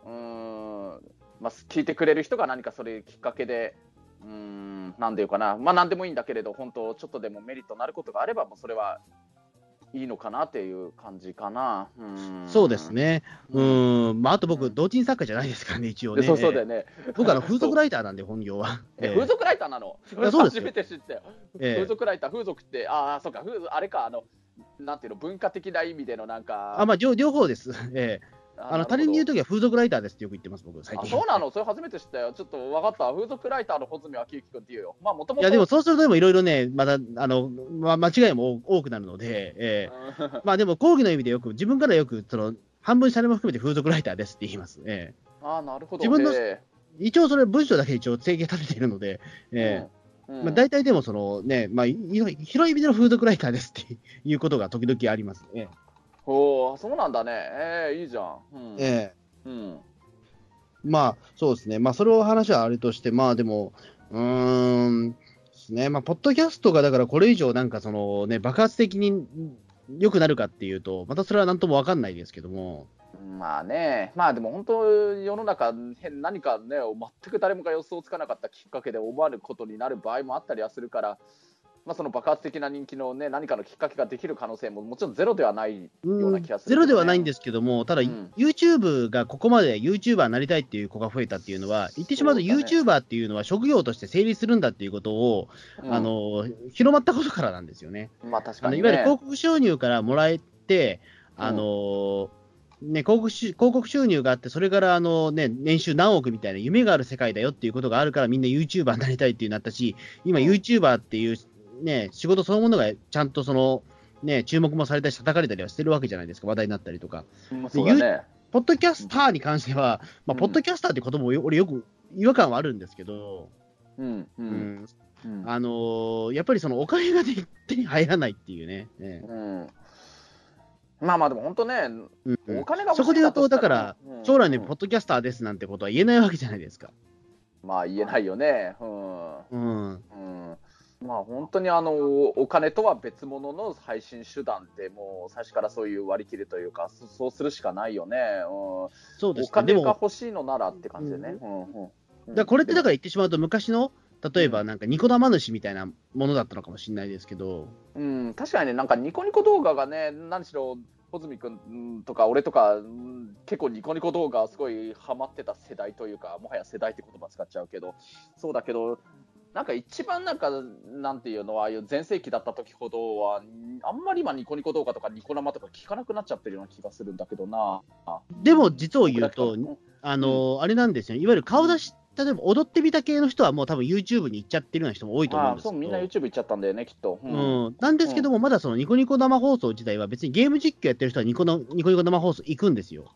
聞いてくれる人が何かそれきっかけでなんでいうかな、何でもいいんだけれど、本当ちょっとでもメリットになることがあればもうそれはいいのかなっていう感じかな。 そうですね。あと僕、同人作家じゃないですからね、一応ね。 そうだよね。 僕風俗ライターなんで、本業は。 風俗ライターなの？初めて知ったよ。風俗ライター、風俗って、そうか、あれか、なんていうの、文化的な意味でのなんか。 両方です。他人に言うときは風俗ライターですってよく言ってます、僕、最近。 そうなの？それ初めて知ったよ。ちょっと分かった。風俗ライターの穂積昭之君っていうよ。もともと。 いや、でもそうすると、いろいろね、また、間違いも多くなるので、でも、講義の意味で自分からよく、半分シャレも含めて風俗ライターですって言います。 なるほど。 自分の、一応それ文章だけ一応正義立てているので、大体でも広い意味での風俗ライターですっていうことが時々ありますね。 そうなんだね。いいじゃん。 そうですね。それを話はあれとして、でも、ですね。ポッドキャストがだからこれ以上なんか爆発的に良くなるかっていうと、またそれはなんとも分かんないですけども。 でも本当世の中何かね全く誰もが予想つかなかったきっかけで思わぬことになる場合もあったりはするから。その爆発的な人気の、何かのきっかけができる可能性ももちろんゼロではないような気がする、 ゼロではないんですけども、ただ、YouTube がここまで YouTuber になりたいっていう子が増えたっていうのは、言ってしまうと YouTuber っていうのは職業として成立するんだっていうことを、広まったことからなんですよね。 確かにね、 いわゆる広告収入からもらえて、広告収入があって、それから年収何億みたいな夢がある世界だよっていうことがあるから、みんな YouTuber になりたいっていうなったし、今、YouTuber っていう仕事そのものがちゃんと注目もされたし、叩かれたりはしてるわけじゃないですか、話題になったりとか。 そうだね。 ポッドキャスターに関しては、ポッドキャスターって言葉も俺よく違和感はあるんですけど、やっぱりお金が手に入らないっていうね。 でも本当ね、お金が欲しいんだとしたらそこで言うと、だから、将来のポッドキャスターですなんてことは言えないわけじゃないですか。 言えないよね。本当にお金とは別物の配信手段ってもう最初からそういう割り切りというかそうするしかないよね。 そうですね。 お金が欲しいのならって感じでね。 これってだから言ってしまうと昔の例えばなんかニコ生主みたいなものだったのかもしれないですけど、 確かにね、なんかニコニコ動画がね何しろ穂積君とか俺とか、結構ニコニコ動画すごいハマってた世代というか、もはや世代って言葉使っちゃうけど、そうだけど、なんか一番なんていうのは、ああいう全盛期だった時ほどは、あんまり今ニコニコ動画とかニコ生とか聞かなくなっちゃってるような気がするんだけどな。 でも実を言うと、あれなんですよ、いわゆる顔出し、例えば踊ってみた系の人はもう多分 YouTube に行っちゃってるような人も多いと思うんですけど、 そうみんな YouTube 行っちゃったんだよね、きっと。 なんですけども、まだそのニコニコ生放送自体は、別にゲーム実況やってる人はニコニコ生放送行くんですよ。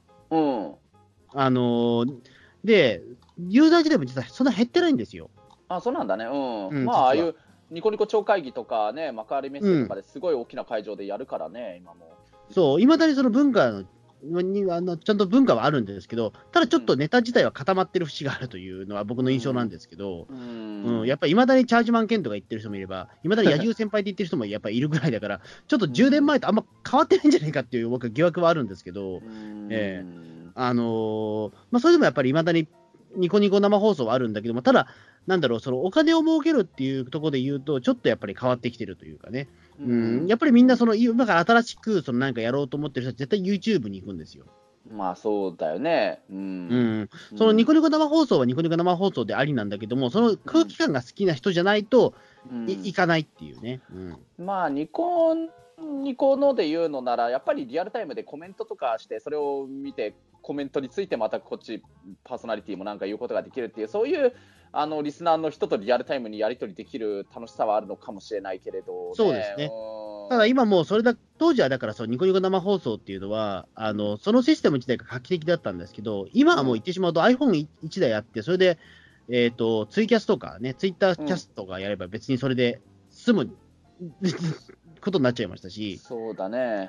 で、ユーザー自体も実はそんな減ってないんですよ。 そうなんだね。ああいうニコニコ超会議とかね、幕張メッセとかですごい大きな会場でやるからね、今も。 そう、いまだにその文化にちゃんと文化はあるんですけど、ただちょっとネタ自体は固まってる節があるというのは僕の印象なんですけど、やっぱりいまだにチャージマンケンとか言ってる人もいれば、いまだに野獣先輩って言ってる人もやっぱりいるぐらいだから、ちょっと10年前とあんま変わってないんじゃないかっていう僕は疑惑はあるんですけど、それでもやっぱりいまだにニコニコ生放送はあるんだけども、ただ、なんだろう、そのお金を儲けるっていうところで言うと、ちょっとやっぱり変わってきてるというかね、やっぱりみんな今から新しくなんかやろうと思ってる人は絶対 YouTube に行くんですよ。 そうだよね。 そのニコニコ生放送はニコニコ生放送でありなんだけども、その空気感が好きな人じゃないと行かないっていうね。 ニコので言うのなら、やっぱりリアルタイムでコメントとかして、それを見て、コメントについてまたこっち、パーソナリティもなんか言うことができるっていう、そういうリスナーの人とリアルタイムにやり取りできる楽しさはあるのかもしれないけれど、 そうですね。ただ今もう当時はだからニコニコ生放送っていうのは、そのシステム自体が画期的だったんですけど、今はもう言ってしまうと iPhone1 台あって、それで、ツイキャスとかね、ツイッターキャストがやれば別にそれで済むことになっちゃいましたし。 そうだね。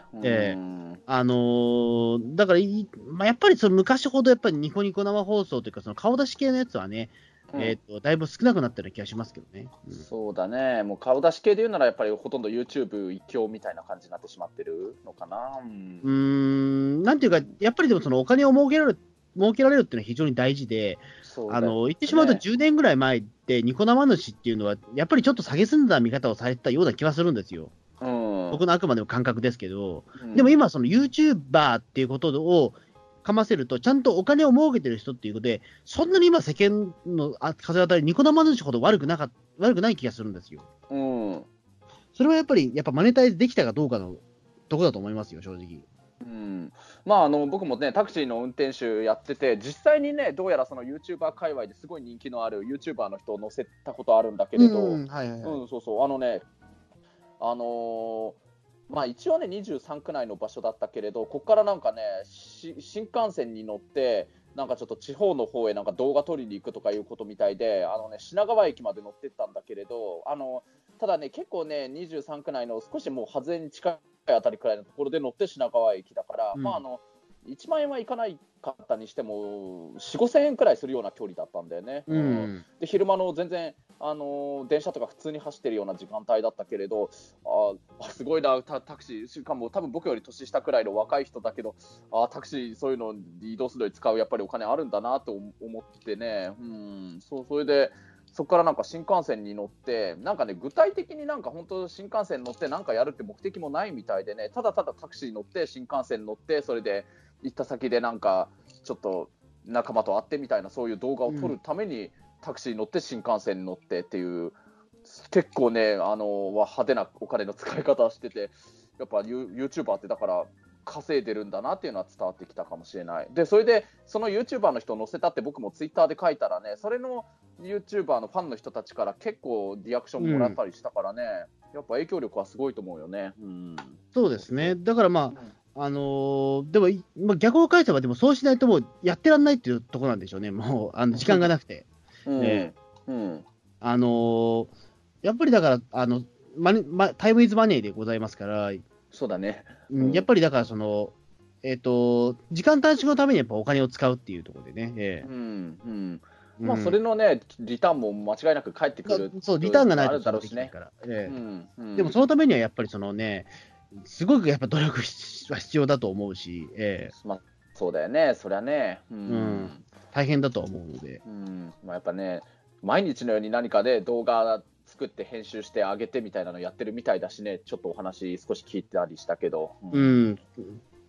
だからやっぱり昔ほどやっぱりニコニコ生放送というか、その顔出し系のやつはね、だいぶ少なくなったような気がしますけどね。 そうだね。もう顔出し系で言うなら、やっぱりほとんど YouTube 一強みたいな感じになってしまってるのかな。 なんていうか、やっぱりでもそのお金を儲けられるっていうのは非常に大事で、言ってしまうと10年ぐらい前ってニコ生主っていうのは、やっぱりちょっと蔑んだ見方をされてたような気はするんですよ。僕のあくまでも感覚ですけど、でも今、その YouTuber っていうことをかませると、ちゃんとお金を儲けてる人っていうことで、そんなに今、世間の風当たり、ニコ生主ほど悪くない気がするんですよ。それはやっぱりマネタイズできたかどうかのとこだと思いますよ、正直。 僕もね、タクシーの運転手やってて、実際にね、どうやらその YouTuber 界隈ですごい人気のある YouTuber の人を乗せたことあるんだけれど、一応ね、23区内の場所だったけれど、ここからなんかね、新幹線に乗って、なんかちょっと地方の方へなんか動画撮りに行くとかいうことみたいで、品川駅まで乗ってったんだけれど、ただね、結構ね、23区内の少しもう外れに近いあたりくらいのところで乗って品川駅だから、1万円はいかないかったにしても、4、5000円くらいするような距離だったんだよね。で昼間の全然電車とか普通に走ってるような時間帯だったけれど、すごいな、タクシー、しかも多分僕より年下くらいの若い人だけど、タクシー、そういうのに移動するのに使うやっぱりお金あるんだなと思ってね、それで、そこからなんか新幹線に乗って、なんかね、具体的になんか本当、新幹線乗ってなんかやるって目的もないみたいでね、ただただタクシー乗って、新幹線乗って、それで行った先でなんか、ちょっと仲間と会ってみたいな、そういう動画を撮るために、タクシー乗って新幹線に乗ってっていう、結構ね、派手なお金の使い方をしてて、やっぱ YouTuber ってだから稼いでるんだなっていうのは伝わってきたかもしれない。で、それでその YouTuber の人を載せたって僕も Twitter で書いたらね、それの YouTuber のファンの人たちから結構リアクションもらったりしたからね、やっぱ影響力はすごいと思うよね。 そうですね。だからでも、逆を返せば、でもそうしないともうやってらんないっていうところなんでしょうね。もう時間がなくて。やっぱりだからタイムイズマネーでございますから、 そうだね。 やっぱりだから時間短縮のためにやっぱお金を使うっていうところでね。 それのね、リターンも間違いなく返ってくる。 そう、リターンがないとだろうしね。でもそのためにはやっぱりすごくやっぱ努力は必要だと思うし、 そうだよね、そりゃね。 大変だと思うので。 やっぱね、毎日のように何かで動画作って編集して上げてみたいなのやってるみたいだしね、ちょっとお話少し聞いたりしたけど。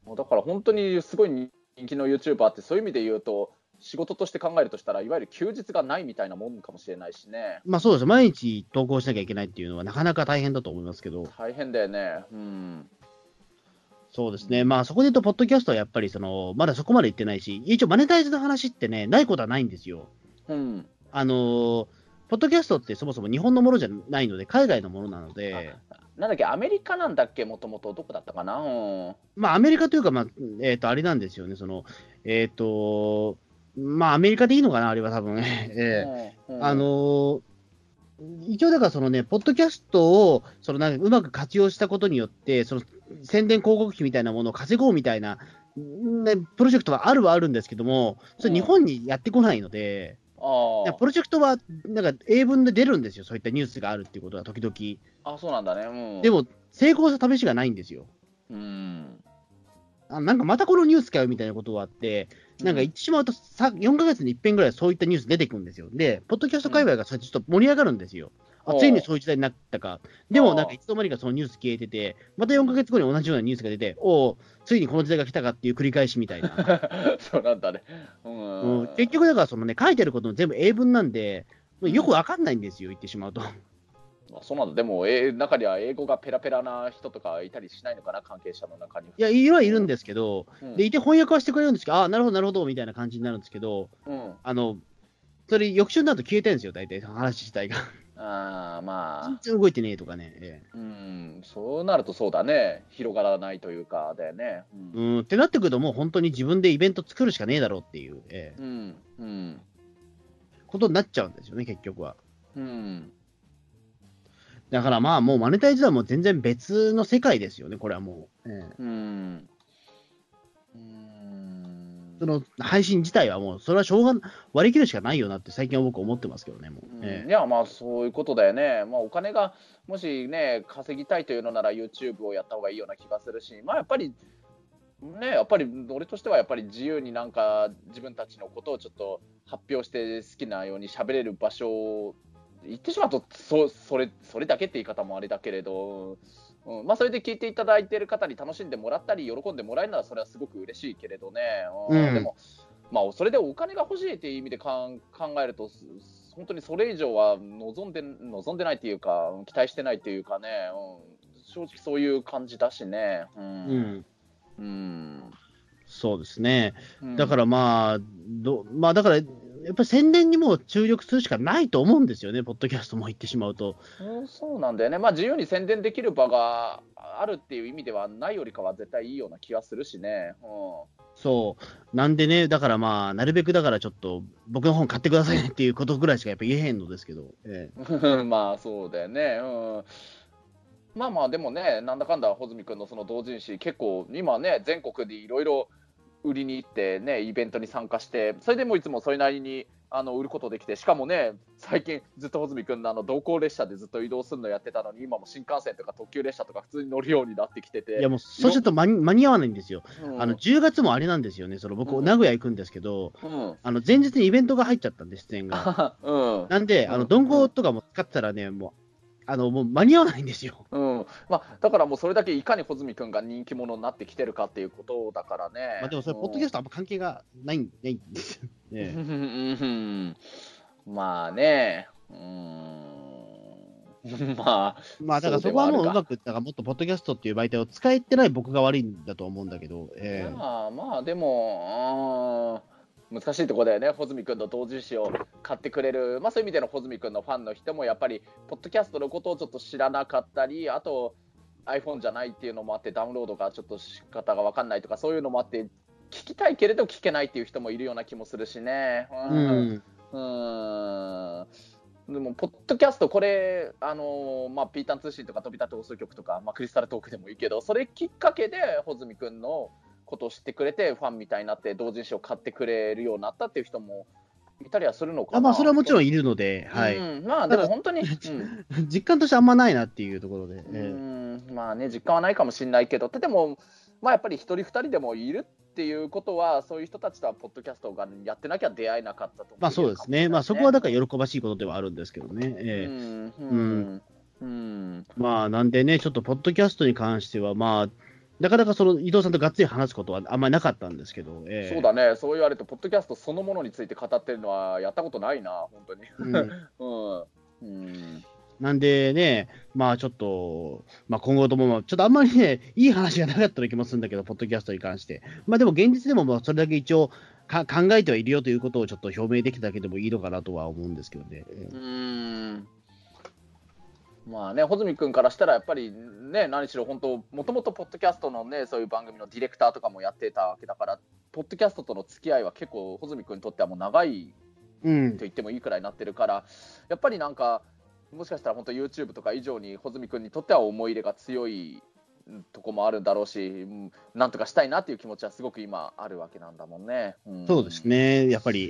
だから本当にすごい人気の YouTuber って、そういう意味で言うと、仕事として考えるとしたら、いわゆる休日がないみたいなもんかもしれないしね。 まあそうです。毎日投稿しなきゃいけないっていうのはなかなか大変だと思いますけど。 大変だよね。うん。 そうですね。まあそこで言うと、ポッドキャストはやっぱりまだそこまで行ってないし、一応マネタイズの話ってね、ないことはないんですよ。 うん。 ポッドキャストってそもそも日本のものじゃないので、海外のものなので、 なんだっけ、アメリカなんだっけ、もともと、どこだったかな。うん。 まあアメリカというか、まあ、あれなんですよね、まあアメリカでいいのかな、あれは多分。一応だからポッドキャストをなんかうまく活用したことによって、宣伝広告費みたいなものを稼ごうみたいな、ね、プロジェクトはあるんですけども、それ日本にやってこないので、プロジェクトはなんか英文で出るんですよ、そういったニュースがあるっていうことは時々。 そうなんだね。うん、 でも、成功した試しがないんですよ。なんかまたこのニュースかよみたいなことがあって、なんか言ってしまうと4ヶ月に1遍ぐらいそういったニュース出てくるんですよ。で、ポッドキャスト界隈がそれちょっと盛り上がるんですよ。ついにそういう時代になったか。でも、なんかいつの間にかそのニュース消えてて、また4ヶ月後に同じようなニュースが出て、ついにこの時代が来たかっていう繰り返しみたいな。 そうなんだね。 結局、だから書いてあることも全部英文なんで、よくわかんないんですよ、言ってしまうと。 そうなんだ。でも、中には英語がペラペラな人とかいたりしないのかな、関係者の中に。 いや、いるんですけど、でいて翻訳はしてくれるんですけど、なるほど、なるほど、みたいな感じになるんですけど、それ、翌週になると消えてるんですよ、大体、話自体が。 まあ。 全然動いてねえとかね。 そうなるとそうだね。広がらないというか、だよね。 ってなってくると、もう本当に自分でイベント作るしかねえだろうっていう、ことになっちゃうんですよね、結局は。だからまあ、もうマネタイズはもう全然別の世界ですよね、これはもう。その配信自体はもう、それは割り切るしかないよなって最近は僕思ってますけどね、もう。 いや、まあそういうことだよね。まあお金がもしね、稼ぎたいというのなら YouTube をやった方がいいような気がするし、まあやっぱり、俺としてはやっぱり自由になんか自分たちのことをちょっと発表して好きなように喋れる場所を言ってしまうとそれだけって言い方もあれだけれど、まあそれで聞いていただいている方に楽しんでもらったり喜んでもらえるならそれはすごく嬉しいけれどね、でもまあそれでお金が欲しいっていう意味で考えると本当にそれ以上は望んでないっていうか期待してないっていうかね、正直そういう感じだしね。 そうですね。だからまあだからやっぱり宣伝にも注力するしかないと思うんですよね、ポッドキャストも言ってしまうと。 そうなんだよね。まあ自由に宣伝できる場があるっていう意味ではないよりかは絶対いいような気がするしね。 そうなんでね、だからまあなるべくだからちょっと僕の本買ってくださいねっていうことぐらいしかやっぱ言えへんのですけど。 まあそうだよね。まあでもね、なんだかんだ穂積君のその同人誌結構今ね全国でいろいろ売りに行ってねイベントに参加して、それでもいつもそれなりに売ることできて、しかもね最近ずっと穂積君の同行列車でずっと移動するのやってたのに、今も新幹線とか特急列車とか普通に乗るようになってきてて、 いやもうそうすると間に合わないんですよ。10月もあれなんですよね、僕、名古屋行くんですけど、前日にイベントが入っちゃったんで、出演が。なんで、鈍行とかも使ってたらね、もう間に合わないんですよ。 だからもうそれだけいかに穂積君が人気者になってきてるかっていうことだからね。 でもそれ、ポッドキャストあんま関係がないんですよね。 まあね。まあだからそこはもううまく、だからもっとポッドキャストっていう媒体を使えてない僕が悪いんだと思うんだけど。 まあでも、難しいところだよね、穂積君の同人誌を買ってくれる、そういう意味での穂積君のファンの人もやっぱりポッドキャストのことをちょっと知らなかったり、あと iPhone じゃないっていうのもあってダウンロードがちょっと仕方が分かんないとか、そういうのもあって聞きたいけれど聞けないっていう人もいるような気もするしね。でもポッドキャストこれピータン通信とか飛び立て放送局とか、クリスタルトークでもいいけど、それきっかけで穂積君のことを知ってくれてファンみたいになって同人誌を買ってくれるようになったっていう人もいたりはするのかな。 それはもちろんいるので、はい。 でも本当に、 実感としてあんまないなっていうところで。 実感はないかもしれないけど、でもやっぱり一人二人でもいるっていうことは、そういう人たちとはポッドキャストがやってなきゃ出会えなかったと思う。 そうですね。そこはだから喜ばしいことではあるんですけどね。なんでね、ちょっとポッドキャストに関してはなかなかその伊藤さんとがっつり話すことはあんまりなかったんですけど、 そうだね、そう言われると、ポッドキャストそのものについて語ってるのはやったことないな、本当に。 なんでね、まあちょっと、まあ、今後とも、ちょっとあんまりね、いい話がなかったような気もするんだけど、ポッドキャストに関して。まあでも現実でも、それだけ一応考えてはいるよということをちょっと表明できただけでもいいのかなとは思うんですけどね。 まあね、穂積君からしたら、やっぱりね、何しろ本当、もともとポッドキャストのね、そういう番組のディレクターとかもやってたわけだから、ポッドキャストとの付き合いは結構、穂積君にとってはもう長いと言ってもいいくらいになってるから、やっぱりなんか、もしかしたら本当 YouTube とか以上に穂積君にとっては思い入れが強いとこもあるんだろうし、なんとかしたいなっていう気持ちはすごく今あるわけなんだもんね。 そうですね、やっぱり、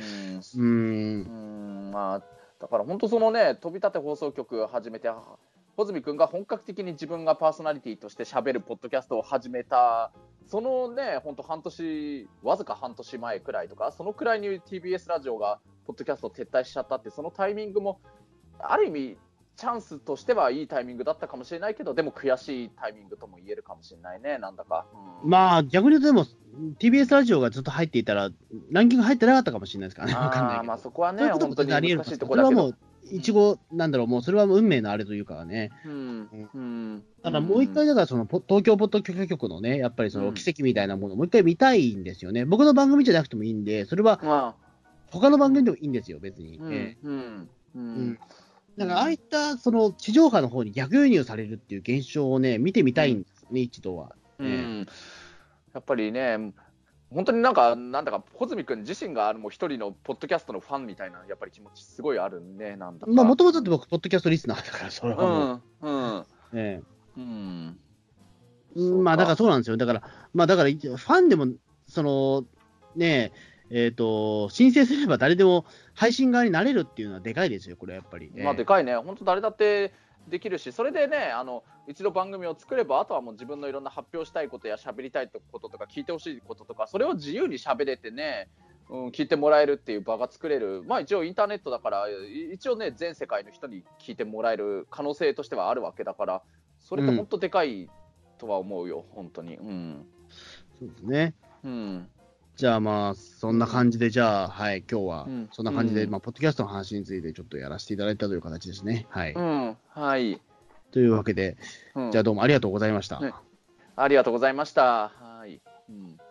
まあだから本当そのね、飛び立て放送局を始めて、穂積君が本格的に自分がパーソナリティとして喋るポッドキャストを始めた、そのね、本当わずか半年前くらいとか、そのくらいに TBS ラジオがポッドキャストを撤退しちゃったって、そのタイミングもある意味チャンスとしてはいいタイミングだったかもしれないけど、でも悔しいタイミングとも言えるかもしれないね、なんだか。 まあ逆に言うと、でも TBS ラジオがずっと入っていたら、ランキング入ってなかったかもしれないですからね、分かんないけど。 まあそこはね、本当に難しいところだけど、それはもう、一応、なんだろう、もうそれは運命のあれというかね。ただもう一回、だからその東京ポッドキャスト局のね、やっぱりその奇跡みたいなものをもう一回見たいんですよね。僕の番組じゃなくてもいいんで、それは他の番組でもいいんですよ、別に。だからああいったその地上波の方に逆輸入されるっていう現象をね、見てみたいんですね、一度は。 やっぱりね、本当になんだか、穂積君自身がもう一人のポッドキャストのファンみたいな、やっぱり気持ちすごいあるね、なんだか。 まあ、もともと僕、ポッドキャストリスナーだから、それはもう。まあ、だからそうなんですよ。だから、ファンでも、その、ね申請すれば誰でも配信側になれるっていうのはでかいですよ、これやっぱり。 まあ、でかいね、本当誰だってできるし、それでね、一度番組を作れば、あとはもう自分のいろんな発表したいことや喋りたいこととか聞いてほしいこととか、それを自由に喋れてね、聞いてもらえるっていう場が作れる。まあ一応インターネットだから、一応ね、全世界の人に聞いてもらえる可能性としてはあるわけだから、それって本当でかいとは思うよ、本当に。 そうですね。じゃあまあ、そんな感じで、じゃあ、はい、今日は、そんな感じで、まあ、ポッドキャストの話についてちょっとやらせていただいたという形ですね。はい。 はい。 というわけで、じゃあどうもありがとうございました。 ありがとうございました。はい。